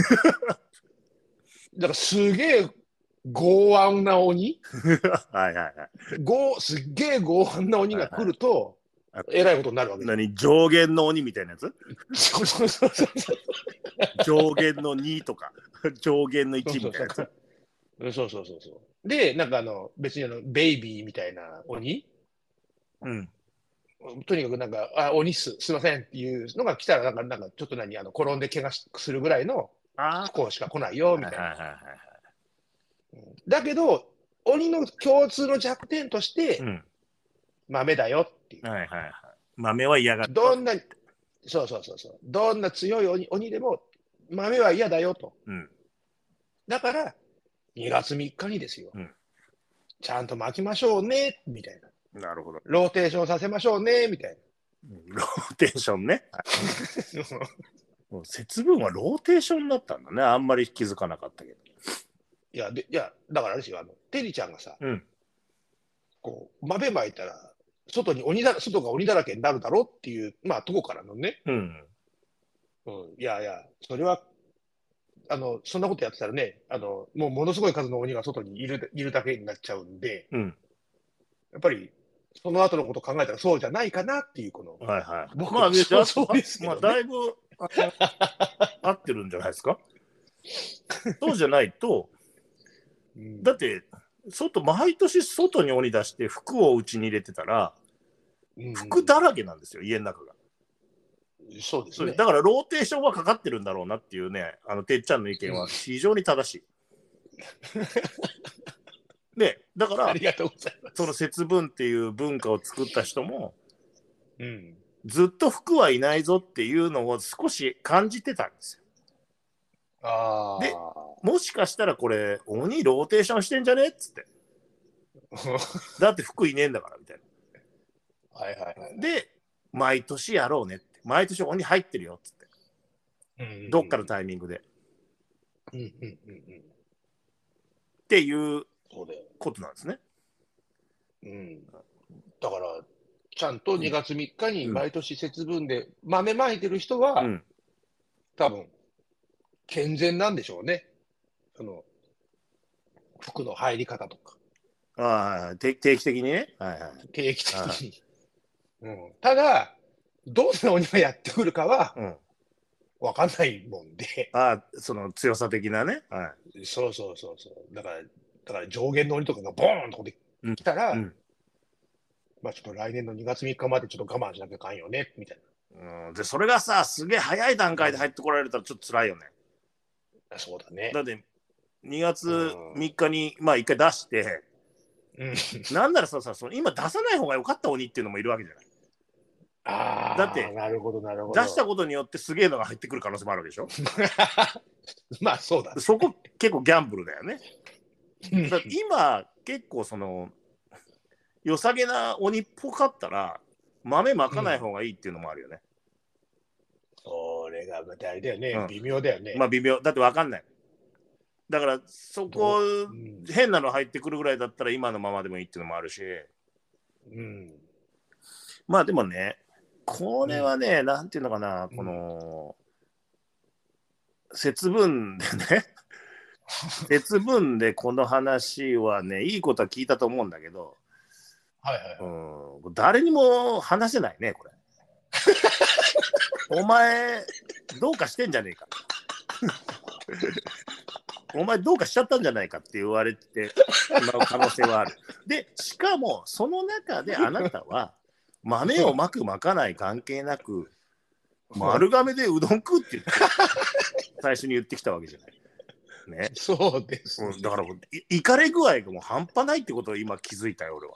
だからすげえ剛腕な鬼はいはいはい。 ごすっげえ剛腕な鬼が来ると、はいはい、えらいことになるわけ。 何上限の鬼みたいなやつ上限のにとか、上限のいちみたいなやつ。 そうそうそうそう。で、なんかあの、別にあの、ベイビーみたいな鬼うん。とにかくなんか、あ、鬼っす、すいませんっていうのが来たら、なんか、なんかちょっと何、あの、転んで怪我するぐらいの不幸しか来ないよ、みたいな。だけど、鬼の共通の弱点として、うん、豆だよっていう。 はいはいはい。豆は嫌がって。 どんな、そうそうそうそう。どんな強い 鬼, 鬼でも、豆は嫌だよと。うん、だから、にがつみっかにですよ、うん。ちゃんと巻きましょうね、みたいな。 なるほど。 ローテーションさせましょうね、みたいな。ローテーションね。もう節分はローテーションだったんだね。あんまり気づかなかったけど。 いや、でいやだからあれですよ、あのテリちゃんがさ、うん、こう豆まいたら外に鬼だ外が鬼だらけになるだろうっていう、まあ、とこからのね、うんうん、いやいや、それはあのそんなことやってたらねあの、もうものすごい数の鬼が外にいるいるだけになっちゃうんで、うん、やっぱりその後のことを考えたらそうじゃないかなっていう、この、 はいはい、 僕まあ、そうそうですけどね、まあ、だいぶ合ってるんじゃないですか。そうじゃないと、うん、だって外毎年外に鬼出して服をうちに入れてたら、うん、服だらけなんですよ、家の中が。 そうですね。 だからローテーションはかかってるんだろうなっていうね、あのてっちゃんの意見は非常に正しでだからありがとうございます。 その節分っていう文化を作った人も、 うん、 ずっと服はいないぞっていうのを少し感じてたんですよ。 あでもしかしたらこれ鬼ローテーションしてんじゃねっつってだって服いねえんだからみたいな。はいはいはい。 で毎年やろうねって、毎年鬼入ってるよっつって、うんうんうん、どっかのタイミングで、うんうんうんうん、っていうことなんですね。 うん、だからちゃんとにがつみっかに毎年節分で豆まいてる人は、うん、多分健全なんでしょうね。その服の入り方とか。 ああ、定期的にね。はいはい、 定期的に。うん、ただ、どんな鬼がやってくるかは、分かんないもんで。 うん、ああ、その強さ的なね。はい、 そうそうそうそう。だから、だから上限の鬼とかがボーンと来たら、うんうん、まあちょっと来年のにがつみっかまでちょっと我慢しなきゃいかんよね、みたいな。うん、で、それがさ、すげえ早い段階で入ってこられたらちょっと辛いよね。 うん、そうだね。 だってにがつみっかに、うん、まあ一回出して、うん、なんならさ、その今出さない方が良かった鬼っていうのもいるわけじゃない。 あだってなるほどなるほど、 出したことによってすげえのが入ってくる可能性もあるわけでしょまあそうだ、ね、 そこ結構ギャンブルだよね。だ今結構その良さげな鬼っぽかったら豆まかない方がいいっていうのもあるよね。 それがまたあれだよね、うん、微妙だよね。 まあ微妙だって分かんない。だからそこ、うん、変なの入ってくるぐらいだったら今のままでもいいっていうのもあるし、うん、まあでもねこれはね、うん、なんていうのかな、この、うん、節分でね節分でこの話はねいいことは聞いたと思うんだけど、はいはいはい、うん、誰にも話せないねこれお前どうかしてんじゃねえかお前どうかしちゃったんじゃないかって言われてしまう可能性はある。でしかもその中であなたは豆をまくまかない関係なく丸亀でうどん食うって言って最初に言ってきたわけじゃない。ね、 そうです、 ね、だからいかれ具合がもう半端ないってことを今気づいたよ俺は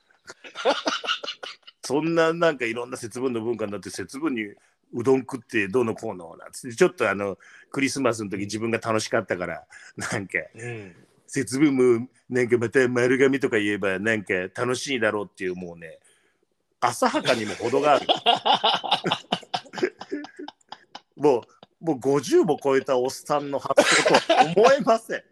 そんななんかいろんな節分の文化になって節分にうどん食ってどうのこうのなんつってちょっとあのクリスマスの時自分が楽しかったからなんか、うん、節分もなんかまた丸亀とか言えばなんか楽しいだろうっていうもうね浅はかにも程があるもうもうごじゅうも超えたおっさんの発想とは思えません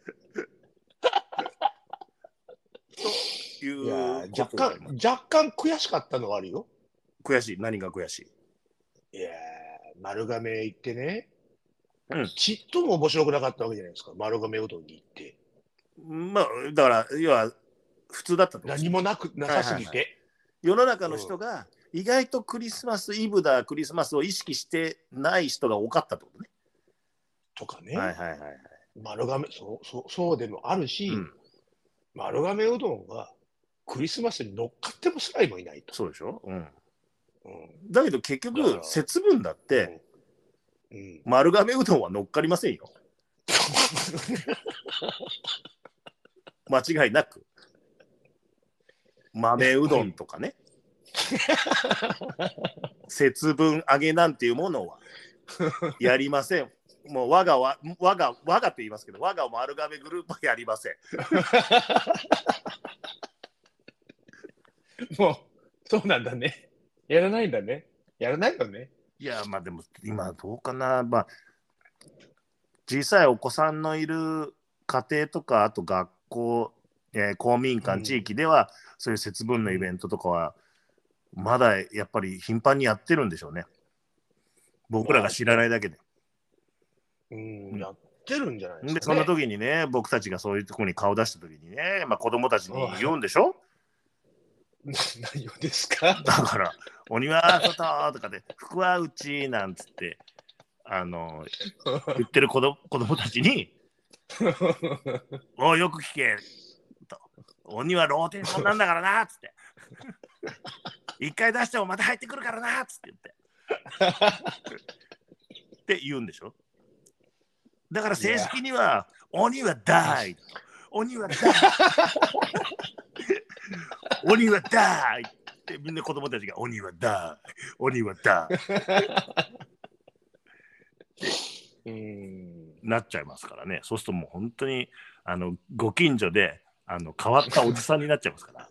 といういや若干若干悔しかったのがあるよ。 悔しい。何が悔しい？いや丸亀行ってね、うん、ちっとも面白くなかったわけじゃないですか。丸亀うどんに行って、 まあだから要は普通だったと何もなくなさすぎて、はいはいはい、 世の中の人が意外とクリスマスイブだクリスマスを意識してない人が多かったってことね。 とかね。 はいはいはいはい。 丸亀そうそうそうでもあるし、うん、丸亀うどんがクリスマスに乗っかってもすらいもいないと。 そうでしょ。うん。うん、だけど結局節分だって、うんうん、丸亀うどんは乗っかりませんよ。間違いなく。豆うどんとかね。節分揚げなんていうものはやりません。もう我が我が我がって言いますけど、我が丸亀グループはやりません。 もうそうなんだね。やらないんだね。やらないよね。 いやまあでも今どうかな。まあ小さいお子さんのいる家庭とかあと学校、えー、公民館地域では、うん、そういう節分のイベントとかはまだやっぱり頻繁にやってるんでしょうね。僕らが知らないだけで。 うん、やってるんじゃないですか、ね。 でその時にね僕たちがそういうところに顔出した時にね、まあ、子供たちに言うんでしょ。 何をですか。 だから鬼は外とかで服はうちなんつってあの言ってる子ど子供たちにおよく聞けと鬼はローテーションなんだからなっつって一回出してもまた入ってくるからなっつって言ってって言うんでしょ。だから正式には鬼は大鬼はだ鬼はだってみんな子供たちが鬼はだ鬼はだうんなっちゃいますからね。そうするともう本当にあのご近所であの変わったおじさんになっちゃいますから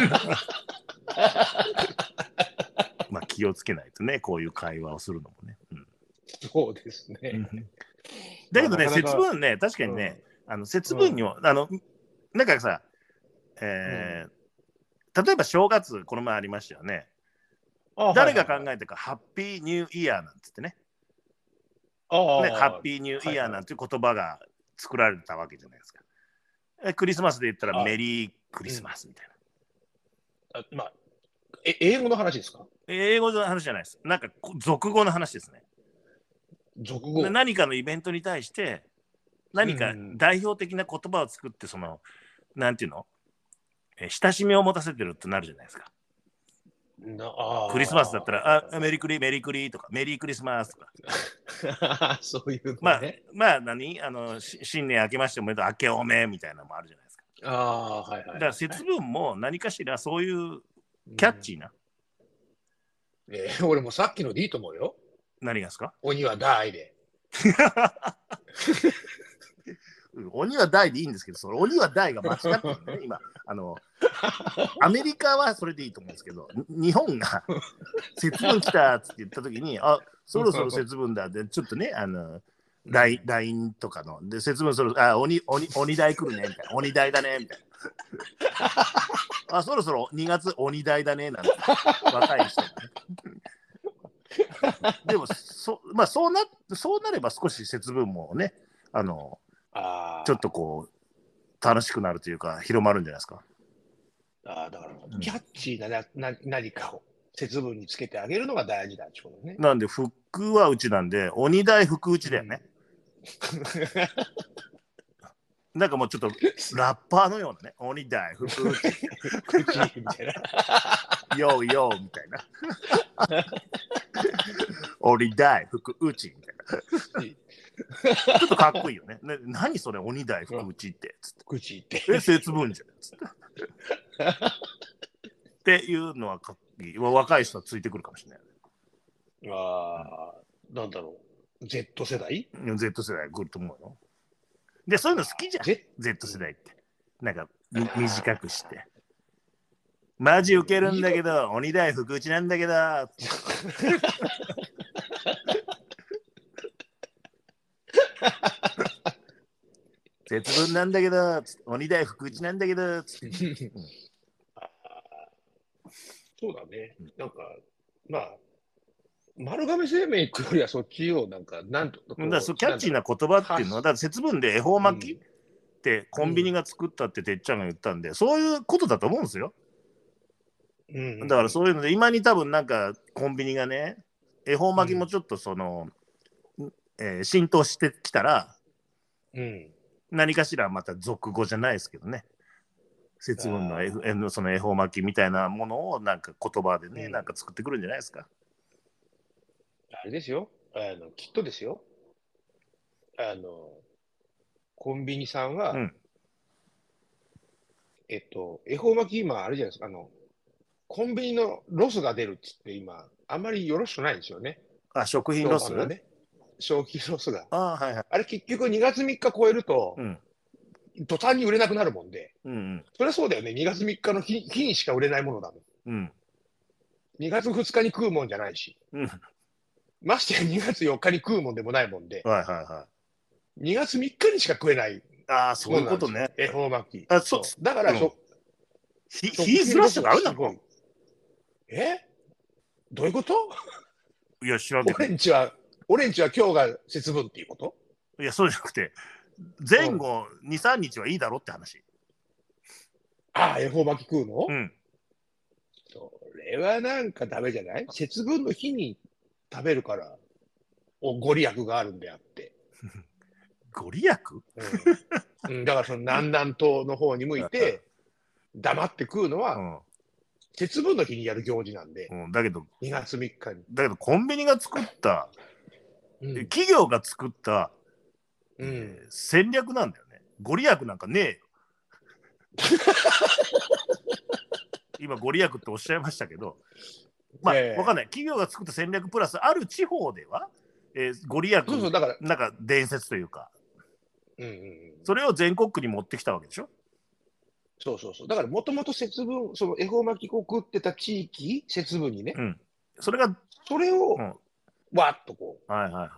まあ気をつけないとね、こういう会話をするのもね、うん、 そうですね、うん、 だけどね、まあ、節分ね、確かにね、うん、あの節分にも、うん、あのなんかさ、えーうん、例えば正月この前ありましたよね。誰が考えたか、ハッピーニューイヤーなんつってね、 あね、ハッピーニューイヤーなんていう言葉が作られたわけじゃないですか。クリスマスで言ったらメリークリスマスみたいな。 あ、まあ、え英語の話ですか？ 英語の話じゃないです。なんか俗語の話ですね。 俗語。 何かのイベントに対して何か代表的な言葉を作ってその、なんていうの、え親しみを持たせてるってなるじゃないですか。 なあクリスマスだったらあメリークリメリークリとかメリークリスマスとかそういうの、ね、 まあまあ何あの新年明けましておめでとう明けおめみたいなのもあるじゃないですか。 ああはいはい、はい、 だから節分も何かしらそういうキャッチーな、 うん、えー、俺もさっきのでいいと思うよ。 何がですか？ 鬼は大で鬼は大でいいんですけど、それ鬼は大が間違ってるね今あのアメリカはそれでいいと思うんですけど、日本が節分来たって言った時にあそろそろ節分だってちょっとねあの ライン, ラインとかので節分そろあ 鬼, 鬼, 鬼大来るねみたいな鬼大だねみたいなあそろそろにがつ鬼大だねなんて若い人がねでも そ,、まあ、そうなそうなれば少し節分もねあのあちょっとこう楽しくなるというか広まるんじゃないですか。 あだからキャッチーな、な何かを節分につけてあげるのが大事だってことね。 なんで福はうちなんで鬼大福うちだよね、うん、なんかもうちょっとラッパーのようなね鬼大福うちみたいなヨーヨーみたいな鬼大福うちみたいなちょっとかっこいいよね。ね何それ鬼大福うちってつって福ちってえ節分じゃんつってっていうのはかっこいい。若い人はついてくるかもしれない。 ああ、なんだろう。Z 世代 ?Z 世代来ると思うよ。で、そういうの好きじゃん。Z, Z 世代って。なんか短くして。マジウケるんだけど、鬼大福うちなんだけど。節分なんだけど、鬼大福うちなんだけど。 そうだね。なんか、まあ、丸亀製麺行くよりはそっちをなんか、なんとだからそうキャッチーな言葉っていうのは、だから節分で恵方巻きってコンビニが作ったっててっちゃんが言ったんで、うん、そういうことだと思うんですよ。うん、だからそういうので、今に多分なんかコンビニがね、恵方巻きもちょっとその、うんえー、浸透してきたら、うん、何かしらまた俗語じゃないですけどね。節分の F その恵方巻きみたいなものをなんか言葉でね、うん、なんか作ってくるんじゃないですか。 あれですよ、あのきっとですよ、あのコンビニさんは、うん、えっと恵方巻き今あれじゃないですか、あのコンビニのロスが出るっつって今あんまりよろしくないんですよね。 あ、食品ロスね、消費ロスが。 あ、はいはい、 あれ結局にがつみっか超えると、うん途端に売れなくなるもんで、うんうん、そりゃそうだよね。にがつみっかの 日, 日にしか売れないものだもん、うん。にがつふつかに食うもんじゃないし、うん、ましてやにがつよっかに食うもんでもないもんで、はいはいはい、にがつみっかにしか食えない。 ああ、そういうことね。 恵方巻き。 あ、そう。 だから、うん、 日ずらしちゃダメなの？ えどういうこと？ いや、知らんけど。 俺んちは、俺んちは今日が節分っていうこと？ いや、そうじゃなくて。前後に、さんにちはいいだろって話。 ああ、恵方巻き食うの？うん。それはなんかダメじゃない？節分の日に食べるからご利益があるんであって。 ご利益？ うん、だからその南南東の方に向いて黙って食うのは、うん、節分の日にやる行事なんで、 うん、だけどにがつみっかに。 だけどコンビニが作った、うん、企業が作ったうん、戦略なんだよね。ご利益なんかねえよ。 今ご利益っておっしゃいましたけど、まあ、えー、わかんない。企業が作った戦略プラスある地方では、えー、ご利益、 そうそうだからなんか伝説というか、 うんうんうん、 それを全国区に持ってきたわけでしょ。 そうそうそう。だからもともと節分、その恵方巻き粉食ってた地域、節分にね、 うん、それが、 それを、うん、わっとこう、 はいはいはい、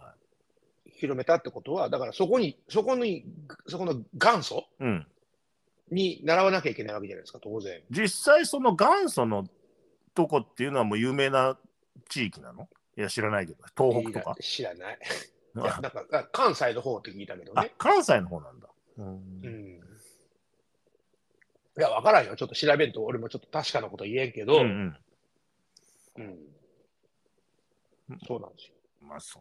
広めたってことは、だからそこに、そこに、そこの元祖、うん、に習わなきゃいけないわけじゃないですか、当然。 実際その元祖のとこっていうのはもう有名な地域なの？いや知らないけど、東北とか知らない。いやなんか関西の方って聞いたけどね。 あ、関西の方なんだ。うん、うんいや、わからんよ。ちょっと調べると、俺もちょっと確かなこと言えんけど、うん、うんうん、そうなんですよ。 まあそう。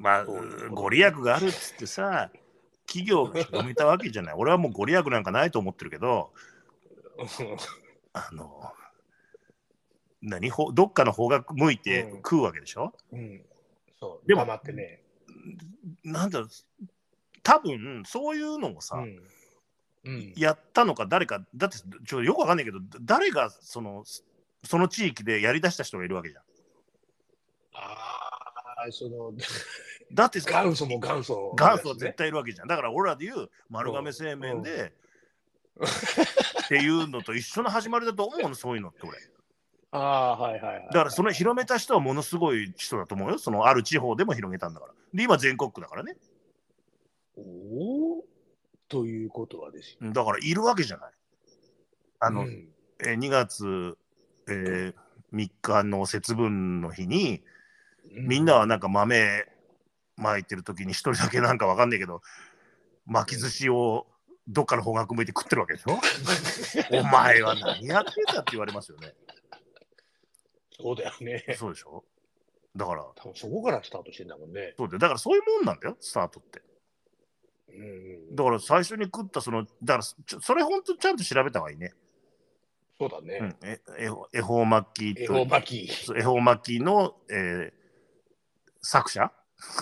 まあ、ご利益があるっつってさ、企業が広めたわけじゃない。俺はもうご利益なんかないと思ってるけど、あの、何ほどっかの方角向いて食うわけでしょ、うんうん、 そうでも黙ってね。 なんだろう、多分そういうのもさ、うんうん、やったのか誰か、だってちょっとよくわかんないけど、誰がそのその地域でやりだした人がいるわけじゃん。 ああ、そのだって元祖も元祖、 ね、元祖は絶対いるわけじゃん。だから俺らで言う丸亀製麺で、うんうん、っていうのと一緒の始まりだと思うの、そういうのって俺。 ああ、はいはいはい。 だからその広めた人はものすごい人だと思うよ。そのある地方でも広げたんだから。で、今全国区だからね。 おお。ということはですよ。だからいるわけじゃない。あの、うん、えにがつ、えー、みっかの節分の日に、うん、みんなはなんか豆巻いてる時に一人だけなんかわかんないけど、巻き寿司をどっかの方角向いて食ってるわけでしょ。お前は何やってたって言われますよね。 そうだよね。 そうでしょ。だから多分そこからスタートしてんだもんね。 そうで、だからそういうもんなんだよ、スタートって。うん、だから最初に食ったその、だからそれ本当ちゃんと調べた方がいいね。 そうだね。うん、 え恵方巻き恵方巻き。 恵方巻きの、えー、作者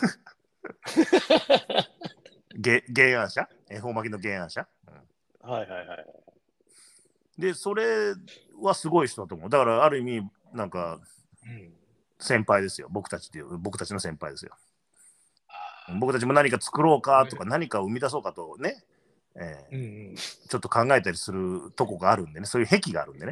げ原案者恵方巻きの原案者、 うん、はいはいはい。 で、それはすごい人だと思う。だからある意味、なんか、うん、先輩ですよ。僕たちっていう、僕たちの先輩ですよ。僕たちも何か作ろうかとか、何かを生み出そうかとね、えーうんうん、ちょっと考えたりするとこがあるんでね、そういう癖があるんでね。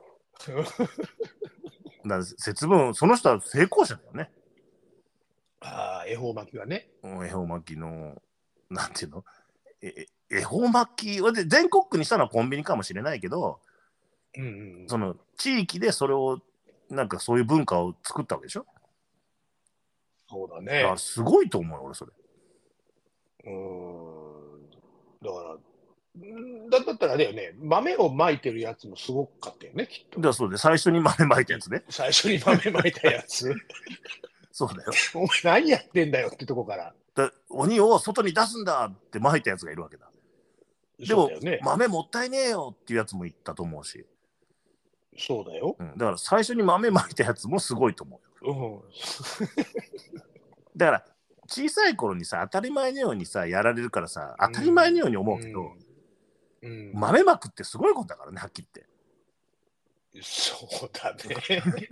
だから節分、その人は成功者だよね。 ああ、恵方巻きはね。 恵方巻きの、なんていうの、え恵方巻きで全国区にしたのはコンビニかもしれないけど、うんうん、その地域でそれをなんかそういう文化を作ったわけでしょ。 そうだね。 だからすごいと思うよ俺それ。 うーん。だからだだったらだよね、豆をまいてるやつもすごかったよね、きっと。 だそうで最初に豆まいたやつね。 最初に豆まいたやつ。 そうだよ。 お前何やってんだよってとこから。 だ鬼を外に出すんだってまいたやつがいるわけだ。でも、ね、豆もったいねえよっていうやつも言ったと思うし。 そうだよ、 うん、だから最初に豆まいたやつもすごいと思うよ。うん、だから小さい頃にさ当たり前のようにさやられるからさ当たり前のように思うけど、うんうん、豆まくってすごいことだからねはっきり言って。 そうだね。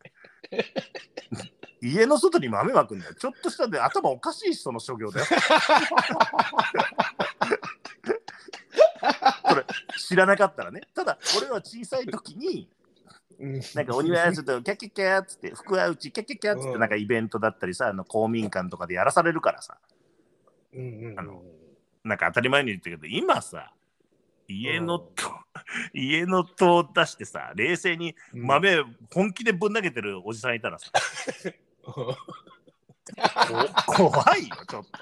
家の外に豆まくんだよ。ちょっとしたで頭おかしい人の所業だよ。これ知らなかったらね。ただ俺は小さい時になんか鬼はやつとキャッキャッキャッつって福は内キャッキャッキャッつってなんかイベントだったりさあの公民館とかでやらされるからさ、うんうんうん、あのなんか当たり前に言ってるけど今さ家のと家の戸を出してさ冷静に豆本気でぶん投げてるおじさんいたらさ、怖いよちょっと。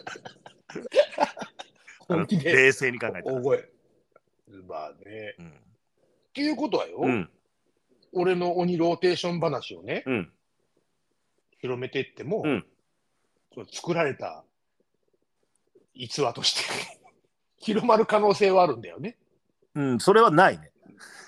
本気で冷静に考えて大声まあね、うん、っていうことはよ、うん、俺の鬼ローテーション話をね、うん、広めていっても、うん、作られた逸話として広まる可能性はあるんだよね。 うん、それはないね。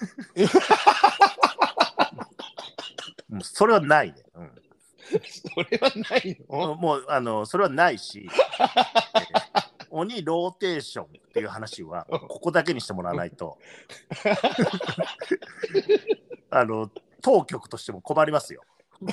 それはないね。うん、 それはないの？ もうあのそれはないし。 鬼ローテーションっていう話はここだけにしてもらわないとあの当局としても困りますよ。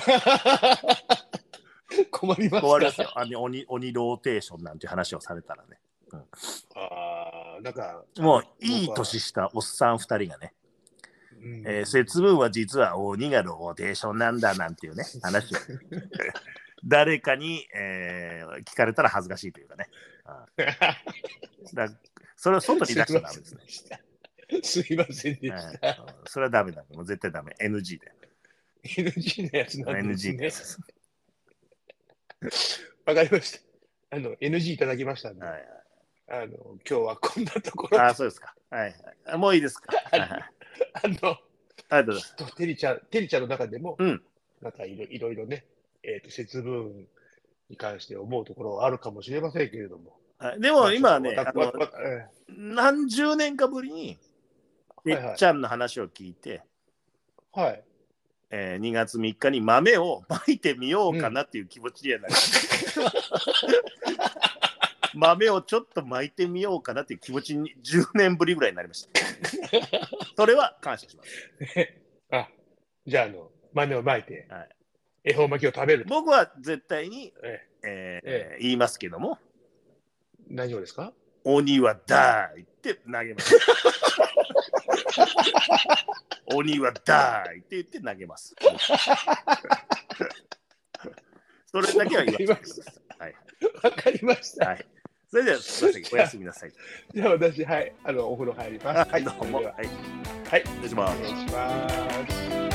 困りますか。 困りますよ。あの 鬼, 鬼ローテーションなんていう話をされたらね、うん、 あなんかもういい年したおっさんふたりがね、 うんえー、節分は実は鬼がローテーションなんだなんていうね話を誰かに、えー、聞かれたら恥ずかしいというかね。ああだそれを外に出しちゃダメですね。 すいませんでした。 はい、それはダメだ。もう絶対ダメ。エヌジー で。 エヌジー のやつなんですね。 エヌジー です。 わかりました。あの エヌジー いただきましたんで、はいはい、あの今日はこんなところで。 あ、そうですか。はいはい。もういいですか。 あの、あのありがとうございます。 テリちゃん、テリちゃんの中でも、 うん、 なんかいろいろいろね、えーと、節分に関して思うところはあるかもしれませんけれども。 でも今はね、あの何十年かぶりに、てっちゃんの話を聞いて、 はいはい、 えー、にがつみっかに豆をまいてみようかなっていう気持ちにはなりました。うん、豆をちょっとまいてみようかなっていう気持ちにじゅうねんぶりぐらいになりました。それは感謝します。 あ、じゃあ、あの豆をまいて、はい、恵方巻きを食べる。 僕は絶対に、ええええー、言いますけども。 何をですか？ 鬼はだーいって投げます。鬼はだーいって言って投げます。それだけは言わせてください。はい。 わかりました。 はい。それではすみません、おやすみなさい。 じゃあ私、はい、あのお風呂入ります。 はい、どうも。はい。はい、お願いします。 お願いします。